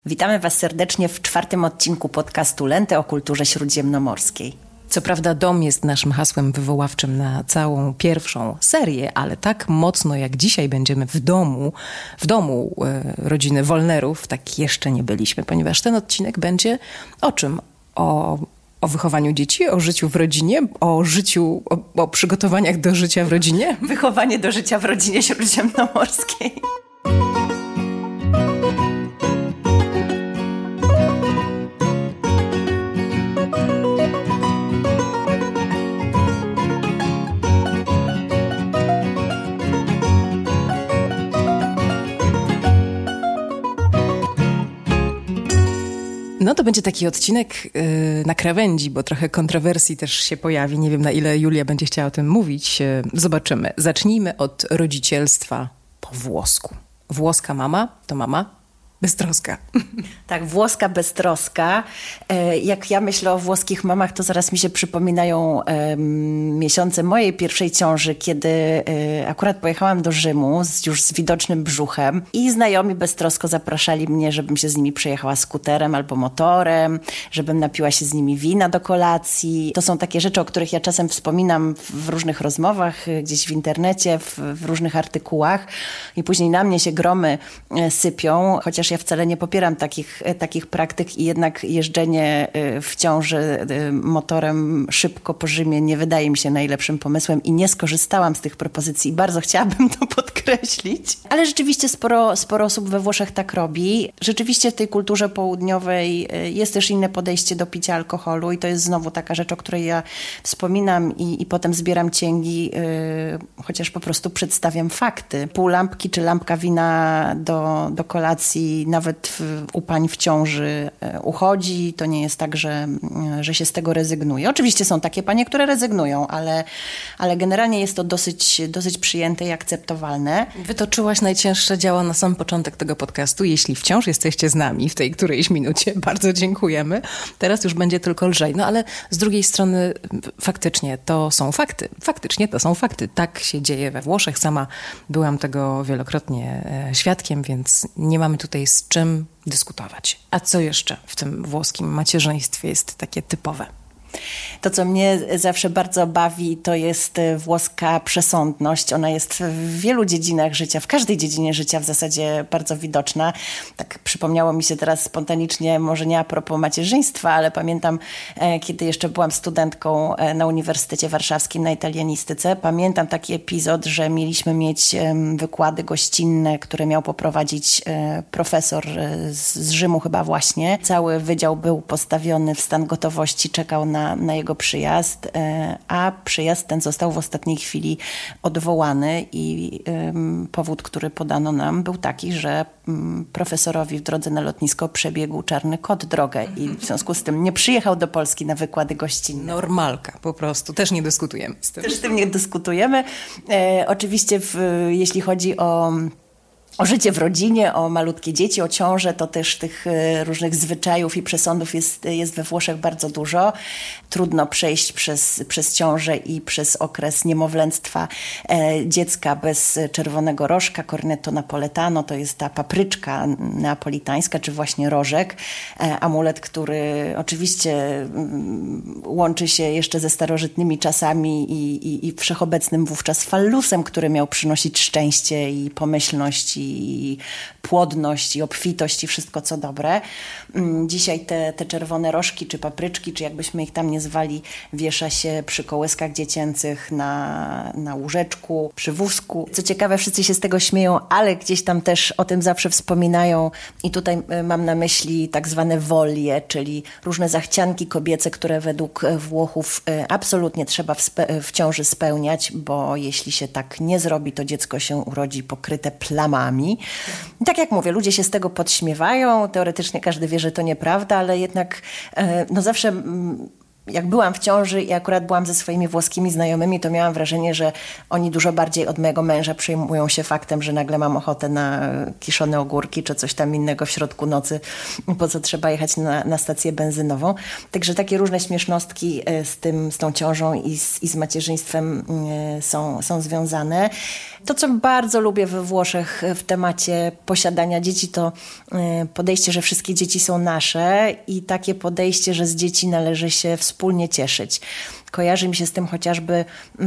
Witamy Was serdecznie w 4. odcinku podcastu Lente o kulturze śródziemnomorskiej. Co prawda dom jest naszym hasłem wywoławczym na całą pierwszą serię, ale tak mocno jak dzisiaj będziemy w domu rodziny Wollnerów, tak jeszcze nie byliśmy, ponieważ ten odcinek będzie o czym? O wychowaniu dzieci, o życiu w rodzinie, o przygotowaniach do życia w rodzinie? Wychowanie do życia w rodzinie śródziemnomorskiej. No to będzie taki odcinek na krawędzi, bo trochę kontrowersji też się pojawi. Nie wiem, na ile Julia będzie chciała o tym mówić. Zobaczymy. Zacznijmy od rodzicielstwa po włosku. Włoska mama to mama beztroska. Tak, włoska beztroska. Jak ja myślę o włoskich mamach, to zaraz mi się przypominają miesiące mojej pierwszej ciąży, kiedy akurat pojechałam do Rzymu już z widocznym brzuchem i znajomi beztrosko zapraszali mnie, żebym się z nimi przejechała skuterem albo motorem, żebym napiła się z nimi wina do kolacji. To są takie rzeczy, o których ja czasem wspominam w różnych rozmowach, gdzieś w internecie, w różnych artykułach i później na mnie się gromy sypią, chociaż ja wcale nie popieram takich praktyk i jednak jeżdżenie w ciąży motorem szybko po Rzymie nie wydaje mi się najlepszym pomysłem i nie skorzystałam z tych propozycji i bardzo chciałabym to podkreślić. Ale rzeczywiście sporo osób we Włoszech tak robi. Rzeczywiście w tej kulturze południowej jest też inne podejście do picia alkoholu i to jest znowu taka rzecz, o której ja wspominam i potem zbieram cięgi, chociaż po prostu przedstawiam fakty. Pół lampki czy lampka wina do kolacji nawet u pań w ciąży uchodzi. To nie jest tak, że się z tego rezygnuje. Oczywiście są takie panie, które rezygnują, ale generalnie jest to dosyć przyjęte i akceptowalne. Wytoczyłaś najcięższe działa na sam początek tego podcastu. Jeśli wciąż jesteście z nami w tej którejś minucie, bardzo dziękujemy. Teraz już będzie tylko lżej. No ale z drugiej strony faktycznie to są fakty. Faktycznie to są fakty. Tak się dzieje we Włoszech. Sama byłam tego wielokrotnie świadkiem, więc nie mamy tutaj z czym dyskutować. A co jeszcze w tym włoskim macierzyństwie jest takie typowe? To, co mnie zawsze bardzo bawi, to jest włoska przesądność. Ona jest w wielu dziedzinach życia, w każdej dziedzinie życia w zasadzie bardzo widoczna. Tak przypomniało mi się teraz spontanicznie, może nie a propos macierzyństwa, ale pamiętam, kiedy jeszcze byłam studentką na Uniwersytecie Warszawskim na italianistyce, pamiętam taki epizod, że mieliśmy mieć wykłady gościnne, które miał poprowadzić profesor z Rzymu chyba właśnie. Cały wydział był postawiony w stan gotowości, czekał na jego przyjazd, a przyjazd ten został w ostatniej chwili odwołany i powód, który podano nam, był taki, że profesorowi w drodze na lotnisko przebiegł czarny kot drogę i w związku z tym nie przyjechał do Polski na wykłady gościnne. Normalka po prostu, też nie dyskutujemy z tym. Też z tym nie dyskutujemy. Oczywiście jeśli chodzi o życie w rodzinie, o malutkie dzieci, o ciążę, to też tych różnych zwyczajów i przesądów jest we Włoszech bardzo dużo. Trudno przejść przez ciążę i przez okres niemowlęctwa dziecka bez czerwonego rożka. Cornetto napoletano to jest ta papryczka neapolitańska, czy właśnie rożek. Amulet, który oczywiście łączy się jeszcze ze starożytnymi czasami i wszechobecnym wówczas fallusem, który miał przynosić szczęście i pomyślność i płodność i obfitość i wszystko co dobre. Dzisiaj te czerwone rożki czy papryczki, czy jakbyśmy ich tam nie zwali, wiesza się przy kołyskach dziecięcych na łóżeczku, przy wózku. Co ciekawe, wszyscy się z tego śmieją, ale gdzieś tam też o tym zawsze wspominają i tutaj mam na myśli tak zwane wolie, czyli różne zachcianki kobiece, które według Włochów absolutnie trzeba w ciąży spełniać, bo jeśli się tak nie zrobi, to dziecko się urodzi pokryte plamami. I tak jak mówię, ludzie się z tego podśmiewają, teoretycznie każdy wie, że to nieprawda, ale jednak no zawsze Jak byłam w ciąży i akurat byłam ze swoimi włoskimi znajomymi, to miałam wrażenie, że oni dużo bardziej od mojego męża przejmują się faktem, że nagle mam ochotę na kiszone ogórki czy coś tam innego w środku nocy, po co trzeba jechać na stację benzynową. Także takie różne śmiesznostki z tą ciążą i z macierzyństwem są związane. To, co bardzo lubię we Włoszech w temacie posiadania dzieci, to podejście, że wszystkie dzieci są nasze i takie podejście, że z dzieci należy się wspólnie cieszyć. Kojarzy mi się z tym chociażby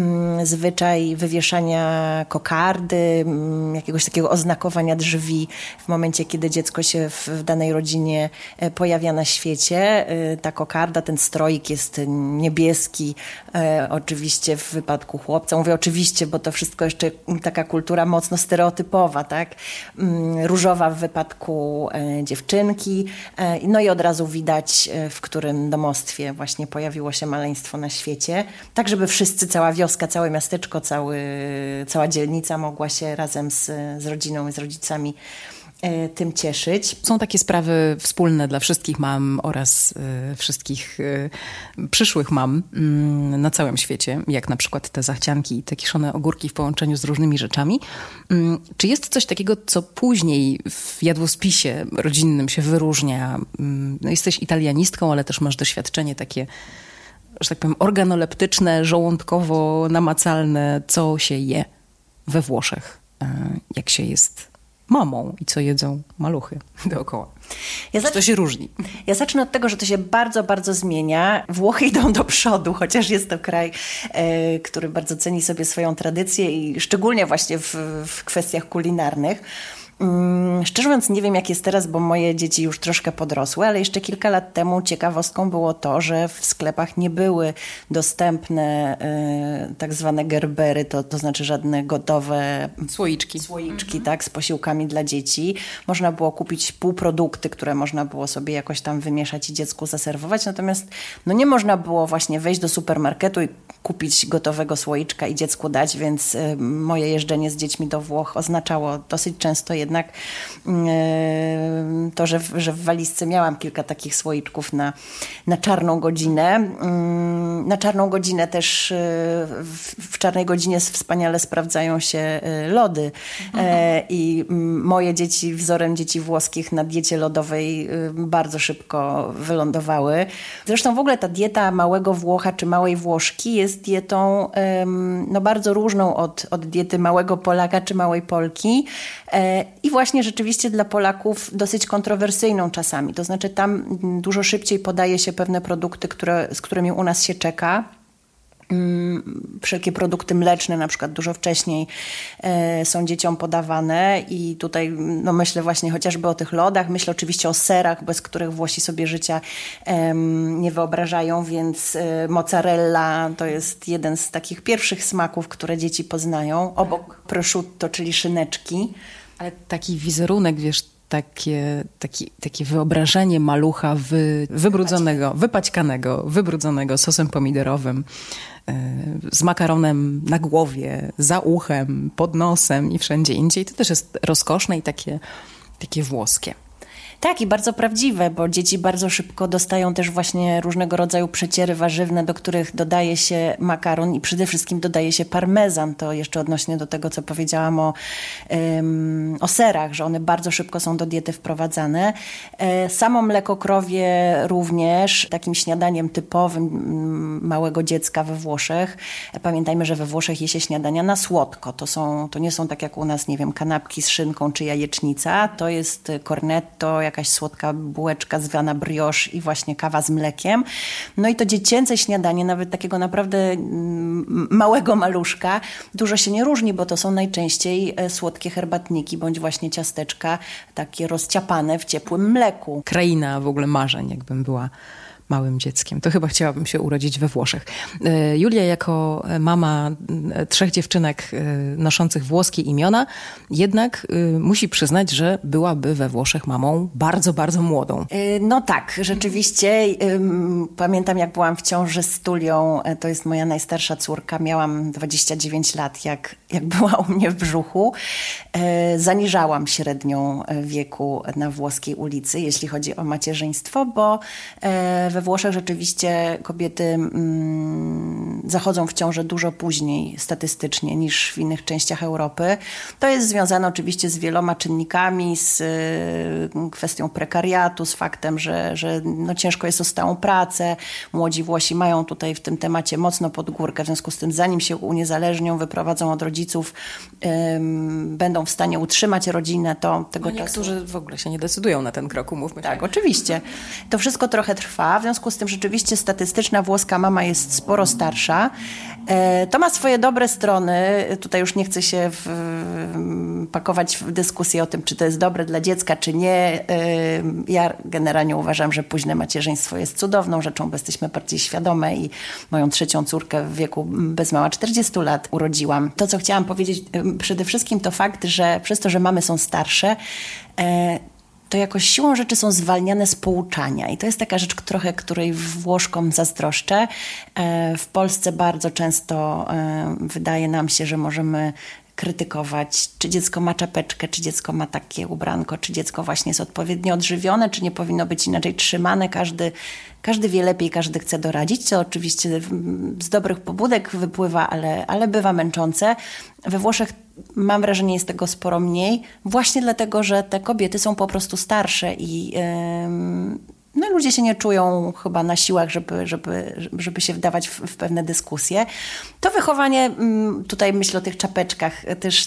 zwyczaj wywieszania kokardy, jakiegoś takiego oznakowania drzwi w momencie, kiedy dziecko się w danej rodzinie pojawia na świecie. Ta kokarda, ten stroik jest niebieski, oczywiście w wypadku chłopca. Mówię oczywiście, bo to wszystko jeszcze taka kultura mocno stereotypowa, tak? Różowa w wypadku dziewczynki. No i od razu widać, w którym domostwie właśnie pojawiło się maleństwo na świecie. Tak, żeby wszyscy, cała wioska, całe miasteczko, cała dzielnica mogła się razem z rodziną i z rodzicami tym cieszyć. Są takie sprawy wspólne dla wszystkich mam oraz wszystkich przyszłych mam na całym świecie, jak na przykład te zachcianki i te kiszone ogórki w połączeniu z różnymi rzeczami. Czy jest coś takiego, co później w jadłospisie rodzinnym się wyróżnia? No, jesteś italianistką, ale też masz doświadczenie takie, że tak powiem, organoleptyczne, żołądkowo-namacalne, co się je we Włoszech, jak się jest mamą i co jedzą maluchy dookoła. Czy to się różni? Ja zacznę od tego, że to się bardzo, bardzo zmienia. Włochy idą do przodu, chociaż jest to kraj, który bardzo ceni sobie swoją tradycję i szczególnie właśnie w kwestiach kulinarnych. Szczerze mówiąc nie wiem jak jest teraz, bo moje dzieci już troszkę podrosły, ale jeszcze kilka lat temu ciekawostką było to, że w sklepach nie były dostępne tak zwane gerbery, to znaczy żadne gotowe słoiczki tak, z posiłkami dla dzieci. Można było kupić półprodukty, które można było sobie jakoś tam wymieszać i dziecku zaserwować, natomiast no nie można było właśnie wejść do supermarketu i kupić gotowego słoiczka i dziecku dać, więc moje jeżdżenie z dziećmi do Włoch oznaczało dosyć często jednak to, że w walizce miałam kilka takich słoiczków na czarną godzinę. Na czarną godzinę też w czarnej godzinie wspaniale sprawdzają się lody. I moje dzieci, wzorem dzieci włoskich na diecie lodowej bardzo szybko wylądowały. Zresztą w ogóle ta dieta małego Włocha czy małej Włoszki jest dietą no, bardzo różną od diety małego Polaka czy małej Polki. I właśnie rzeczywiście dla Polaków dosyć kontrowersyjną czasami. To znaczy tam dużo szybciej podaje się pewne produkty, z którymi u nas się czeka. Wszelkie produkty mleczne na przykład dużo wcześniej są dzieciom podawane i tutaj no myślę właśnie chociażby o tych lodach, myślę oczywiście o serach, bez których Włosi sobie życia nie wyobrażają, więc mozzarella to jest jeden z takich pierwszych smaków, które dzieci poznają, obok prosciutto, czyli szyneczki. Ale taki wizerunek, wiesz, takie wyobrażenie malucha wypaćkanego, wybrudzonego sosem pomidorowym, z makaronem na głowie, za uchem, pod nosem i wszędzie indziej. To też jest rozkoszne i takie włoskie. Tak, i bardzo prawdziwe, bo dzieci bardzo szybko dostają też właśnie różnego rodzaju przeciery warzywne, do których dodaje się makaron i przede wszystkim dodaje się parmezan. To jeszcze odnośnie do tego, co powiedziałam o serach, że one bardzo szybko są do diety wprowadzane. Samo mleko krowie również, takim śniadaniem typowym małego dziecka we Włoszech. Pamiętajmy, że we Włoszech je się śniadania na słodko. To nie są tak jak u nas, nie wiem, kanapki z szynką czy jajecznica. To jest cornetto, jakaś słodka bułeczka zwana brioche i właśnie kawa z mlekiem. No i to dziecięce śniadanie, nawet takiego naprawdę małego maluszka, dużo się nie różni, bo to są najczęściej słodkie herbatniki bądź właśnie ciasteczka takie rozciapane w ciepłym mleku. Kraina w ogóle marzeń, jakbym była małym dzieckiem. To chyba chciałabym się urodzić we Włoszech. Julia jako mama 3 dziewczynek noszących włoskie imiona jednak musi przyznać, że byłaby we Włoszech mamą bardzo, bardzo młodą. No tak, rzeczywiście. Pamiętam jak byłam w ciąży z Tulią, to jest moja najstarsza córka, miałam 29 lat jak była u mnie w brzuchu. Zaniżałam średnią wieku na włoskiej ulicy, jeśli chodzi o macierzyństwo, bo we Włoszech rzeczywiście kobiety zachodzą w ciążę dużo później statystycznie niż w innych częściach Europy. To jest związane oczywiście z wieloma czynnikami, z kwestią prekariatu, z faktem, że ciężko jest o stałą pracę. Młodzi Włosi mają tutaj w tym temacie mocno pod górkę, w związku z tym zanim się uniezależnią, wyprowadzą od rodziców, będą w stanie utrzymać rodzinę, to tego czasu... Niektórzy w ogóle się nie decydują na ten krok, umówmy się. Tak, oczywiście. To wszystko trochę trwa, w związku z tym rzeczywiście statystyczna włoska mama jest sporo starsza. To ma swoje dobre strony. Tutaj już nie chcę się pakować w dyskusję o tym, czy to jest dobre dla dziecka, czy nie. Ja generalnie uważam, że późne macierzyństwo jest cudowną rzeczą, bo jesteśmy bardziej świadome i moją trzecią córkę w wieku bez mała 40 lat urodziłam. To, co chciałam powiedzieć przede wszystkim, to fakt, że przez to, że mamy są starsze, to jakoś siłą rzeczy są zwalniane z pouczania. I to jest taka rzecz trochę, której Włoszkom zazdroszczę. W Polsce bardzo często wydaje nam się, że możemy krytykować, czy dziecko ma czapeczkę, czy dziecko ma takie ubranko, czy dziecko właśnie jest odpowiednio odżywione, czy nie powinno być inaczej trzymane. Każdy wie lepiej, każdy chce doradzić, co oczywiście z dobrych pobudek wypływa, ale bywa męczące. We Włoszech mam wrażenie, jest tego sporo mniej, właśnie dlatego, że te kobiety są po prostu starsze i ludzie się nie czują chyba na siłach, żeby się wdawać w pewne dyskusje. To wychowanie, tutaj myślę o tych czapeczkach, też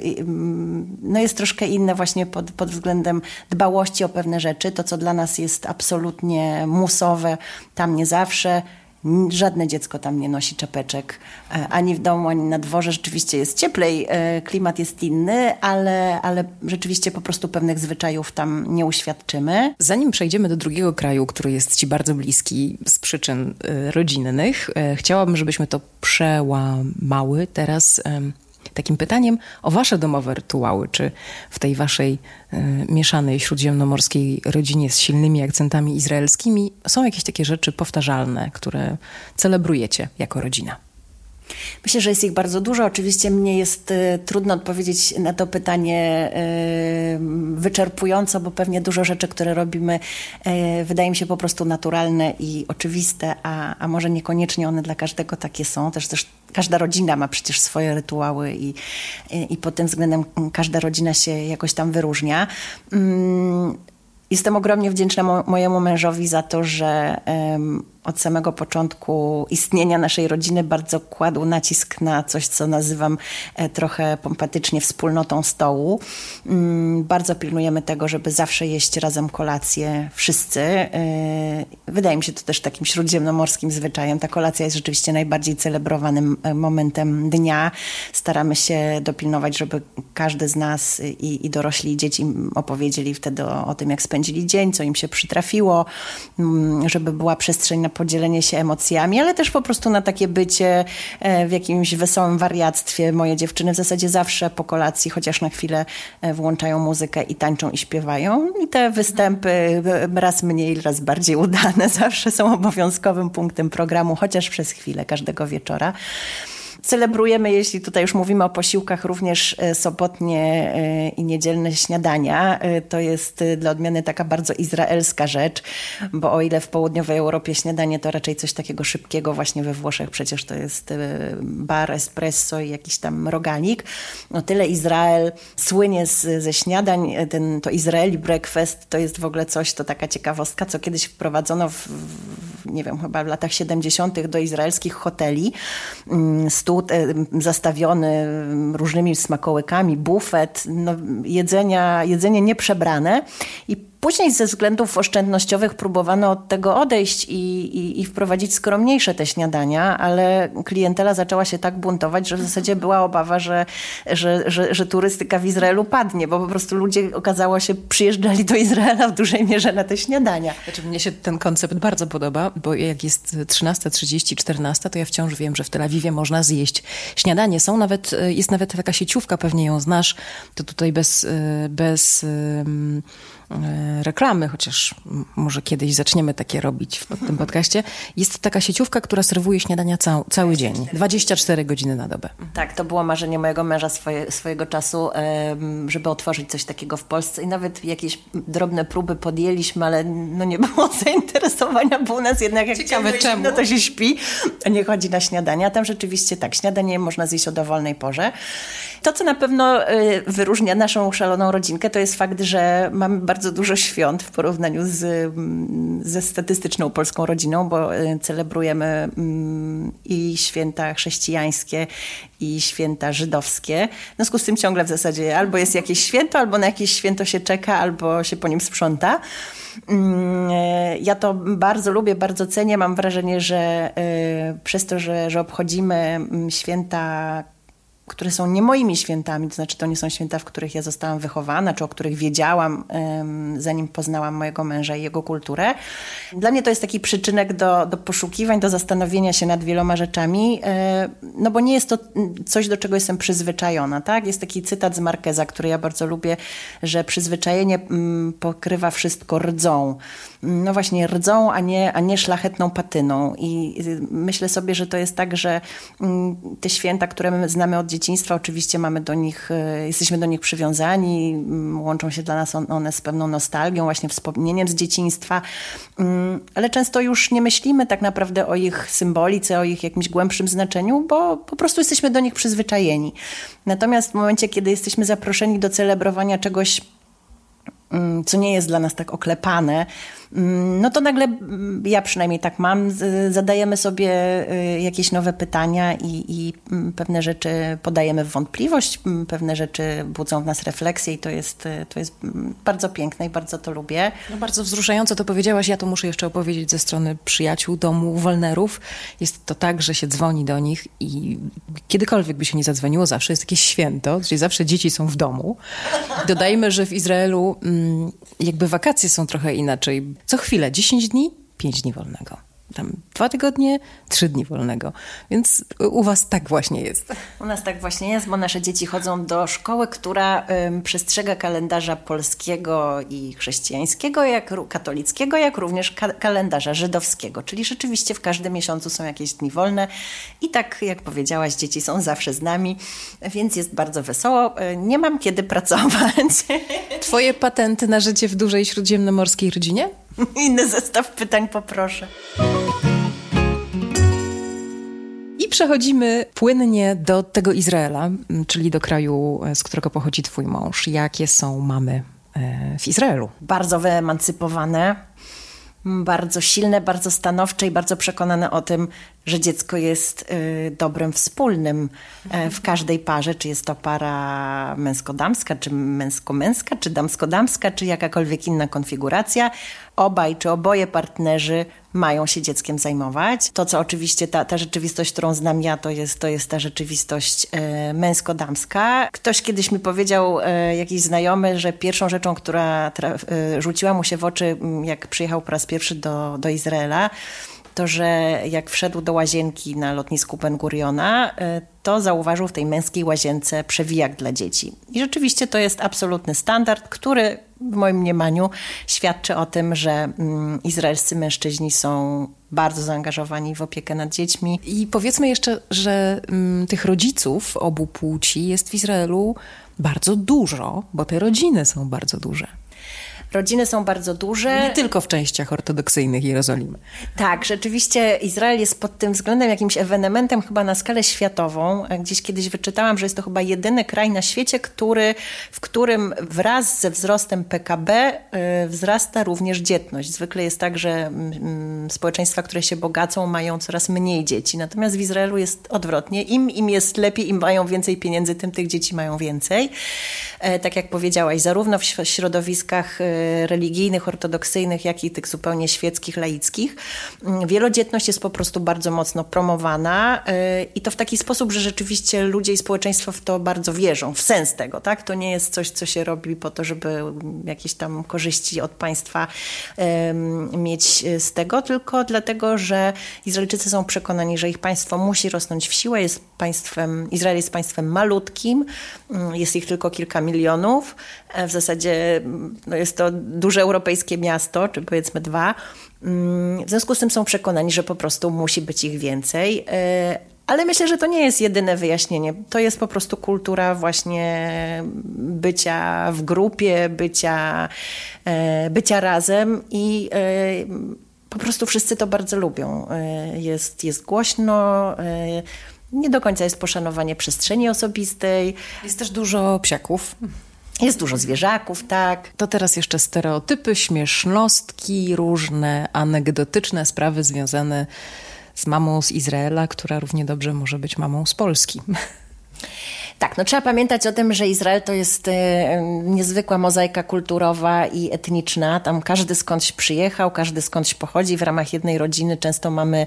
jest troszkę inne właśnie pod względem dbałości o pewne rzeczy. To, co dla nas jest absolutnie musowe, tam nie zawsze. Żadne dziecko tam nie nosi czapeczek, ani w domu, ani na dworze. Rzeczywiście jest cieplej, klimat jest inny, ale rzeczywiście po prostu pewnych zwyczajów tam nie uświadczymy. Zanim przejdziemy do drugiego kraju, który jest Ci bardzo bliski z przyczyn rodzinnych, chciałabym, żebyśmy to przełamały teraz takim pytaniem o wasze domowe rytuały. Czy w tej waszej mieszanej śródziemnomorskiej rodzinie z silnymi akcentami izraelskimi są jakieś takie rzeczy powtarzalne, które celebrujecie jako rodzina? Myślę, że jest ich bardzo dużo. Oczywiście mnie jest trudno odpowiedzieć na to pytanie wyczerpująco, bo pewnie dużo rzeczy, które robimy, wydaje mi się po prostu naturalne i oczywiste, a może niekoniecznie one dla każdego takie są. Też każda rodzina ma przecież swoje rytuały i pod tym względem każda rodzina się jakoś tam wyróżnia. Jestem ogromnie wdzięczna mojemu mężowi za to, że od samego początku istnienia naszej rodziny bardzo kładł nacisk na coś, co nazywam trochę pompatycznie wspólnotą stołu. Bardzo pilnujemy tego, żeby zawsze jeść razem kolację wszyscy. Wydaje mi się to też takim śródziemnomorskim zwyczajem. Ta kolacja jest rzeczywiście najbardziej celebrowanym momentem dnia. Staramy się dopilnować, żeby każdy z nas i dorośli, i dzieci opowiedzieli wtedy o tym, jak spędzili dzień, co im się przytrafiło, żeby była przestrzeń na podzielenie się emocjami, ale też po prostu na takie bycie w jakimś wesołym wariactwie. Moje dziewczyny w zasadzie zawsze po kolacji, chociaż na chwilę włączają muzykę i tańczą i śpiewają. I te występy raz mniej, raz bardziej udane zawsze są obowiązkowym punktem programu, chociaż przez chwilę każdego wieczora. Celebrujemy, jeśli tutaj już mówimy o posiłkach, również sobotnie i niedzielne śniadania. To jest dla odmiany taka bardzo izraelska rzecz, bo o ile w południowej Europie śniadanie to raczej coś takiego szybkiego, właśnie we Włoszech przecież to jest bar, espresso i jakiś tam roganik. O tyle Izrael słynie ze śniadań. To Israeli breakfast to jest w ogóle coś, to taka ciekawostka, co kiedyś wprowadzono nie wiem, chyba w latach 70. do izraelskich hoteli. Stół zastawiony różnymi smakołykami, bufet, jedzenie nieprzebrane. I później ze względów oszczędnościowych próbowano od tego odejść i wprowadzić skromniejsze te śniadania, ale klientela zaczęła się tak buntować, że w zasadzie była obawa, że turystyka w Izraelu padnie, bo po prostu ludzie, okazało się, przyjeżdżali do Izraela w dużej mierze na te śniadania. Znaczy, mnie się ten koncept bardzo podoba, bo jak jest 13:30, 14, to ja wciąż wiem, że w Tel Awiwie można zjeść śniadanie. Jest nawet taka sieciówka, pewnie ją znasz, to tutaj bez reklamy, chociaż może kiedyś zaczniemy takie robić w tym podcaście. Jest taka sieciówka, która serwuje śniadania cały dzień. 24 godziny na dobę. Tak, to było marzenie mojego męża swojego czasu, żeby otworzyć coś takiego w Polsce i nawet jakieś drobne próby podjęliśmy, ale no nie było zainteresowania, bo u nas jednak jak ciekawe czemu. No to się śpi, a nie chodzi na śniadania. Tam rzeczywiście tak, śniadanie można zjeść o dowolnej porze. To, co na pewno wyróżnia naszą szaloną rodzinkę, to jest fakt, że mamy bardzo dużo świąt w porównaniu ze statystyczną polską rodziną, bo celebrujemy i święta chrześcijańskie, i święta żydowskie. W związku z tym ciągle w zasadzie albo jest jakieś święto, albo na jakieś święto się czeka, albo się po nim sprząta. Ja to bardzo lubię, bardzo cenię. Mam wrażenie, że przez to, że obchodzimy święta, które są nie moimi świętami, to znaczy to nie są święta, w których ja zostałam wychowana, czy o których wiedziałam, zanim poznałam mojego męża i jego kulturę. Dla mnie to jest taki przyczynek do poszukiwań, do zastanowienia się nad wieloma rzeczami, no bo nie jest to coś, do czego jestem przyzwyczajona, tak? Jest taki cytat z Marqueza, który ja bardzo lubię, że przyzwyczajenie pokrywa wszystko rdzą. No właśnie rdzą, a nie szlachetną patyną. I myślę sobie, że to jest tak, że te święta, które my znamy od dzieciństwa, oczywiście jesteśmy do nich przywiązani, łączą się dla nas one z pewną nostalgią, właśnie wspomnieniem z dzieciństwa, ale często już nie myślimy tak naprawdę o ich symbolice, o ich jakimś głębszym znaczeniu, bo po prostu jesteśmy do nich przyzwyczajeni. Natomiast w momencie, kiedy jesteśmy zaproszeni do celebrowania czegoś, co nie jest dla nas tak oklepane, no to nagle, ja przynajmniej tak mam, zadajemy sobie jakieś nowe pytania i pewne rzeczy podajemy w wątpliwość, pewne rzeczy budzą w nas refleksję i to jest bardzo piękne i bardzo to lubię. No bardzo wzruszająco to powiedziałaś, ja to muszę jeszcze opowiedzieć ze strony przyjaciół domu Wolnerów. Jest to tak, że się dzwoni do nich i kiedykolwiek by się nie zadzwoniło, zawsze jest jakieś święto, czyli zawsze dzieci są w domu. Dodajmy, że w Izraelu jakby wakacje są trochę inaczej. Co chwilę 10 dni, 5 dni wolnego. Tam 2 tygodnie, 3 dni wolnego. Więc u was tak właśnie jest. U nas tak właśnie jest, bo nasze dzieci chodzą do szkoły, która przestrzega kalendarza polskiego i chrześcijańskiego, katolickiego, jak również kalendarza żydowskiego. Czyli rzeczywiście w każdym miesiącu są jakieś dni wolne i tak jak powiedziałaś, dzieci są zawsze z nami, więc jest bardzo wesoło. Nie mam kiedy pracować. Twoje patenty na życie w dużej śródziemnomorskiej rodzinie? Inny zestaw pytań poproszę. I przechodzimy płynnie do tego Izraela, czyli do kraju, z którego pochodzi twój mąż. Jakie są mamy w Izraelu? Bardzo wyemancypowane, bardzo silne, bardzo stanowcze i bardzo przekonane o tym, że dziecko jest dobrem wspólnym w każdej parze, czy jest to para męsko-damska, czy męsko-męska, czy damsko-damska, czy jakakolwiek inna konfiguracja. Obaj czy oboje partnerzy mają się dzieckiem zajmować. To, co oczywiście ta rzeczywistość, którą znam ja, to jest ta rzeczywistość męsko-damska. Ktoś kiedyś mi powiedział, jakiś znajomy, że pierwszą rzeczą, która rzuciła mu się w oczy, jak przyjechał po raz pierwszy do Izraela, to, że jak wszedł do łazienki na lotnisku Ben Guriona, to zauważył w tej męskiej łazience przewijak dla dzieci. I rzeczywiście to jest absolutny standard, który w moim mniemaniu świadczy o tym, że izraelscy mężczyźni są bardzo zaangażowani w opiekę nad dziećmi. I powiedzmy jeszcze, że tych rodziców obu płci jest w Izraelu bardzo dużo, bo te rodziny są bardzo duże. Rodziny są bardzo duże. Nie tylko w częściach ortodoksyjnych Jerozolimy. Tak, rzeczywiście Izrael jest pod tym względem jakimś ewenementem chyba na skalę światową. Gdzieś kiedyś wyczytałam, że jest to chyba jedyny kraj na świecie, w którym wraz ze wzrostem PKB wzrasta również dzietność. Zwykle jest tak, że społeczeństwa, które się bogacą, mają coraz mniej dzieci. Natomiast w Izraelu jest odwrotnie. Im jest lepiej, im mają więcej pieniędzy, tym tych dzieci mają więcej. Tak jak powiedziałaś, zarówno w środowiskach religijnych, ortodoksyjnych, jak i tych zupełnie świeckich, laickich. Wielodzietność jest po prostu bardzo mocno promowana i to w taki sposób, że rzeczywiście ludzie i społeczeństwo w to bardzo wierzą, w sens tego, tak? To nie jest coś, co się robi po to, żeby jakieś tam korzyści od państwa mieć z tego, tylko dlatego, że Izraelczycy są przekonani, że ich państwo musi rosnąć w siłę. Izrael jest państwem malutkim, jest ich tylko kilka milionów. W zasadzie jest to duże europejskie miasto, czy powiedzmy 2. W związku z tym są przekonani, że po prostu musi być ich więcej. Ale myślę, że to nie jest jedyne wyjaśnienie. To jest po prostu kultura właśnie bycia w grupie, bycia razem i po prostu wszyscy to bardzo lubią. Jest głośno, nie do końca jest poszanowanie przestrzeni osobistej. Jest też dużo psiaków. Jest dużo zwierzaków, tak. To teraz jeszcze stereotypy, śmiesznostki, różne anegdotyczne sprawy związane z mamą z Izraela, która równie dobrze może być mamą z Polski. Tak, no trzeba pamiętać o tym, że Izrael to jest niezwykła mozaika kulturowa i etniczna. Tam każdy skądś przyjechał, każdy skądś pochodzi. W ramach jednej rodziny często mamy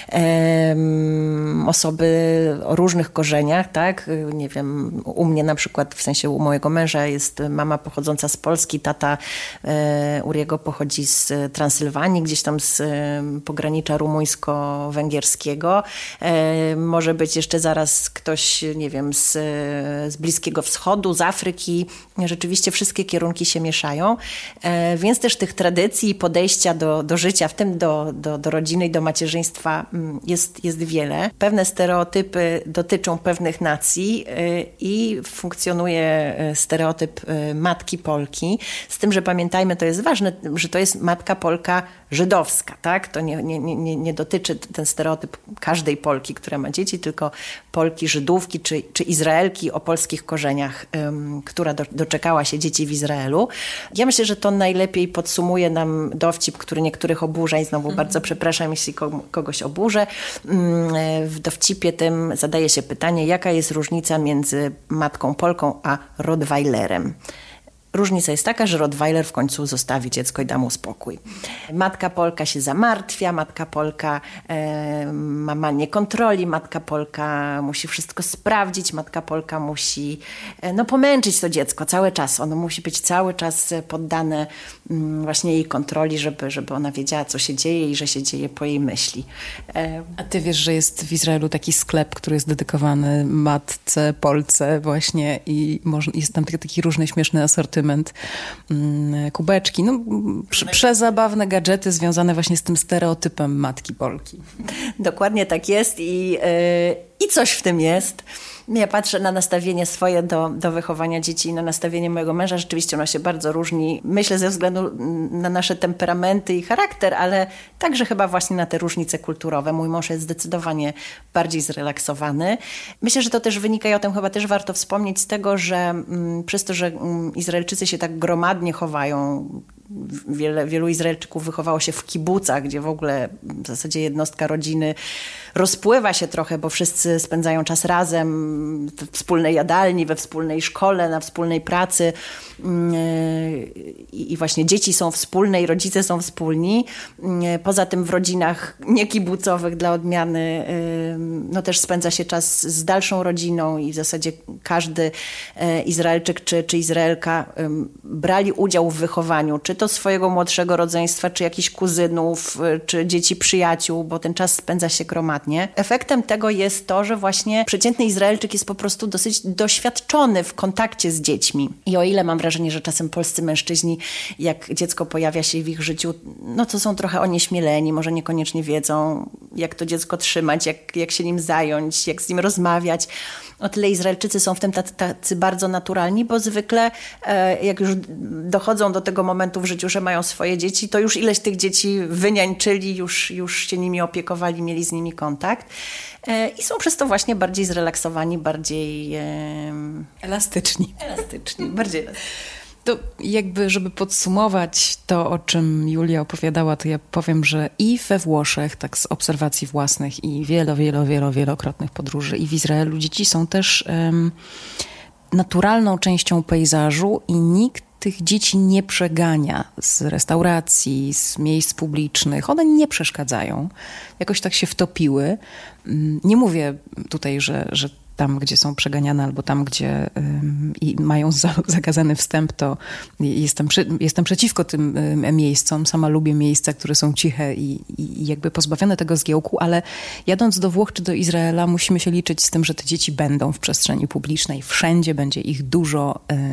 osoby o różnych korzeniach, tak? Nie wiem, u mnie na przykład, w sensie u mojego męża jest mama pochodząca z Polski, tata Uriego pochodzi z Transylwanii, gdzieś tam z pogranicza rumuńsko-węgierskiego. Może być jeszcze zaraz ktoś, nie wiem, z Bliskiego Wschodu, z Afryki. Rzeczywiście wszystkie kierunki się mieszają, więc też tych tradycji i podejścia do życia, w tym do rodziny i do macierzyństwa jest wiele. Pewne stereotypy dotyczą pewnych nacji i funkcjonuje stereotyp matki Polki. Z tym, że pamiętajmy, to jest ważne, że to jest matka Polka żydowska, tak? To nie dotyczy ten stereotyp każdej Polki, która ma dzieci, tylko Polki, Żydówki czy Izraelki o polskich korzeniach, która doczekała się dzieci w Izraelu. Ja myślę, że to najlepiej podsumuje nam dowcip, który niektórych oburza i znowu bardzo przepraszam, jeśli kogoś oburzę. W dowcipie tym zadaje się pytanie, jaka jest różnica między matką Polką a Rottweilerem. Różnica jest taka, że Rottweiler w końcu zostawi dziecko i da mu spokój. Matka Polka się zamartwia, matka Polka ma manię kontroli, matka Polka musi wszystko sprawdzić, matka Polka musi pomęczyć to dziecko cały czas. Ono musi być cały czas poddane właśnie jej kontroli, żeby ona wiedziała, co się dzieje i że się dzieje po jej myśli. A ty wiesz, że jest w Izraelu taki sklep, który jest dedykowany matce Polce właśnie i jest tam taki różny śmieszny asortyment, kubeczki, przezabawne gadżety związane właśnie z tym stereotypem matki Polki. Dokładnie tak jest i coś w tym jest. Ja patrzę na nastawienie swoje do wychowania dzieci i na nastawienie mojego męża. Rzeczywiście ono się bardzo różni. Myślę ze względu na nasze temperamenty i charakter, ale także chyba właśnie na te różnice kulturowe. Mój mąż jest zdecydowanie bardziej zrelaksowany. Myślę, że to też wynika i o tym chyba też warto wspomnieć z tego, że przez to, że Izraelczycy się tak gromadnie chowają, wielu Izraelczyków wychowało się w kibucach, gdzie w ogóle w zasadzie jednostka rodziny rozpływa się trochę, bo wszyscy spędzają czas razem we wspólnej jadalni, we wspólnej szkole, na wspólnej pracy i właśnie dzieci są wspólne i rodzice są wspólni. Poza tym w rodzinach niekibucowych dla odmiany też spędza się czas z dalszą rodziną i w zasadzie każdy Izraelczyk czy Izraelka brali udział w wychowaniu, czy to swojego młodszego rodzeństwa, czy jakichś kuzynów, czy dzieci przyjaciół, bo ten czas spędza się gromadnie. Efektem tego jest to, że właśnie przeciętny Izraelczyk jest po prostu dosyć doświadczony w kontakcie z dziećmi. I o ile mam wrażenie, że czasem polscy mężczyźni, jak dziecko pojawia się w ich życiu, to są trochę onieśmieleni, może niekoniecznie wiedzą, jak to dziecko trzymać, jak się nim zająć, jak z nim rozmawiać. O tyle Izraelczycy są w tym tacy bardzo naturalni, bo zwykle jak już dochodzą do tego momentu w życiu, że mają swoje dzieci, to już ileś tych dzieci wyniańczyli, już się nimi opiekowali, mieli z nimi kontakt. I są przez to właśnie bardziej zrelaksowani, bardziej elastyczni. Bardziej elastyczni. To jakby, żeby podsumować to, o czym Julia opowiadała, to ja powiem, że i we Włoszech, tak z obserwacji własnych i wielokrotnych podróży i w Izraelu dzieci są też naturalną częścią pejzażu i nikt tych dzieci nie przegania z restauracji, z miejsc publicznych. One nie przeszkadzają. Jakoś tak się wtopiły. Nie mówię tutaj, że tam, gdzie są przeganiane albo tam, gdzie mają zakazany wstęp, to jestem przeciwko tym miejscom. Sama lubię miejsca, które są ciche i jakby pozbawione tego zgiełku, ale jadąc do Włoch czy do Izraela musimy się liczyć z tym, że te dzieci będą w przestrzeni publicznej. Wszędzie będzie ich dużo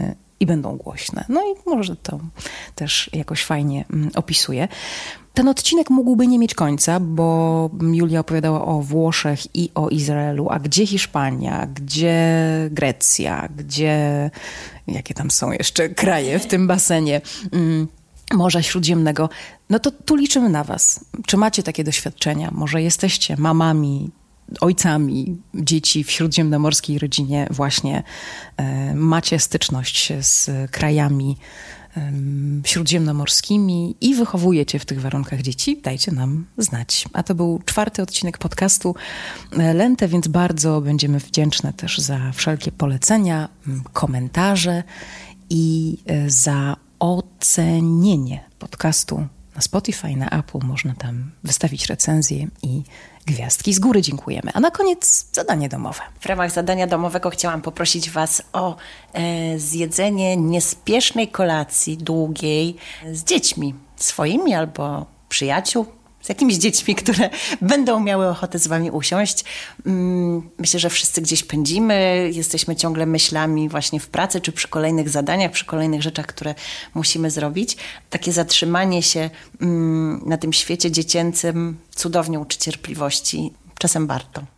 i będą głośne. No i może to też jakoś fajnie opisuje. Ten odcinek mógłby nie mieć końca, bo Julia opowiadała o Włoszech i o Izraelu, a gdzie Hiszpania, gdzie Grecja, gdzie jakie tam są jeszcze kraje w tym basenie Morza Śródziemnego. No to tu liczymy na was. Czy macie takie doświadczenia? Może jesteście mamami, ojcami dzieci w śródziemnomorskiej rodzinie, właśnie macie styczność z krajami śródziemnomorskimi i wychowujecie w tych warunkach dzieci, dajcie nam znać. A to był 4. odcinek podcastu Lente, więc bardzo będziemy wdzięczne też za wszelkie polecenia, komentarze i za ocenienie podcastu na Spotify, na Apple. Można tam wystawić recenzję i gwiazdki. Z góry dziękujemy. A na koniec zadanie domowe. W ramach zadania domowego chciałam poprosić was o zjedzenie niespiesznej kolacji, długiej, z dziećmi swoimi albo przyjaciół, z jakimiś dziećmi, które będą miały ochotę z wami usiąść. Myślę, że wszyscy gdzieś pędzimy, jesteśmy ciągle myślami właśnie w pracy, czy przy kolejnych zadaniach, przy kolejnych rzeczach, które musimy zrobić. Takie zatrzymanie się na tym świecie dziecięcym cudownie uczy cierpliwości. Czasem warto.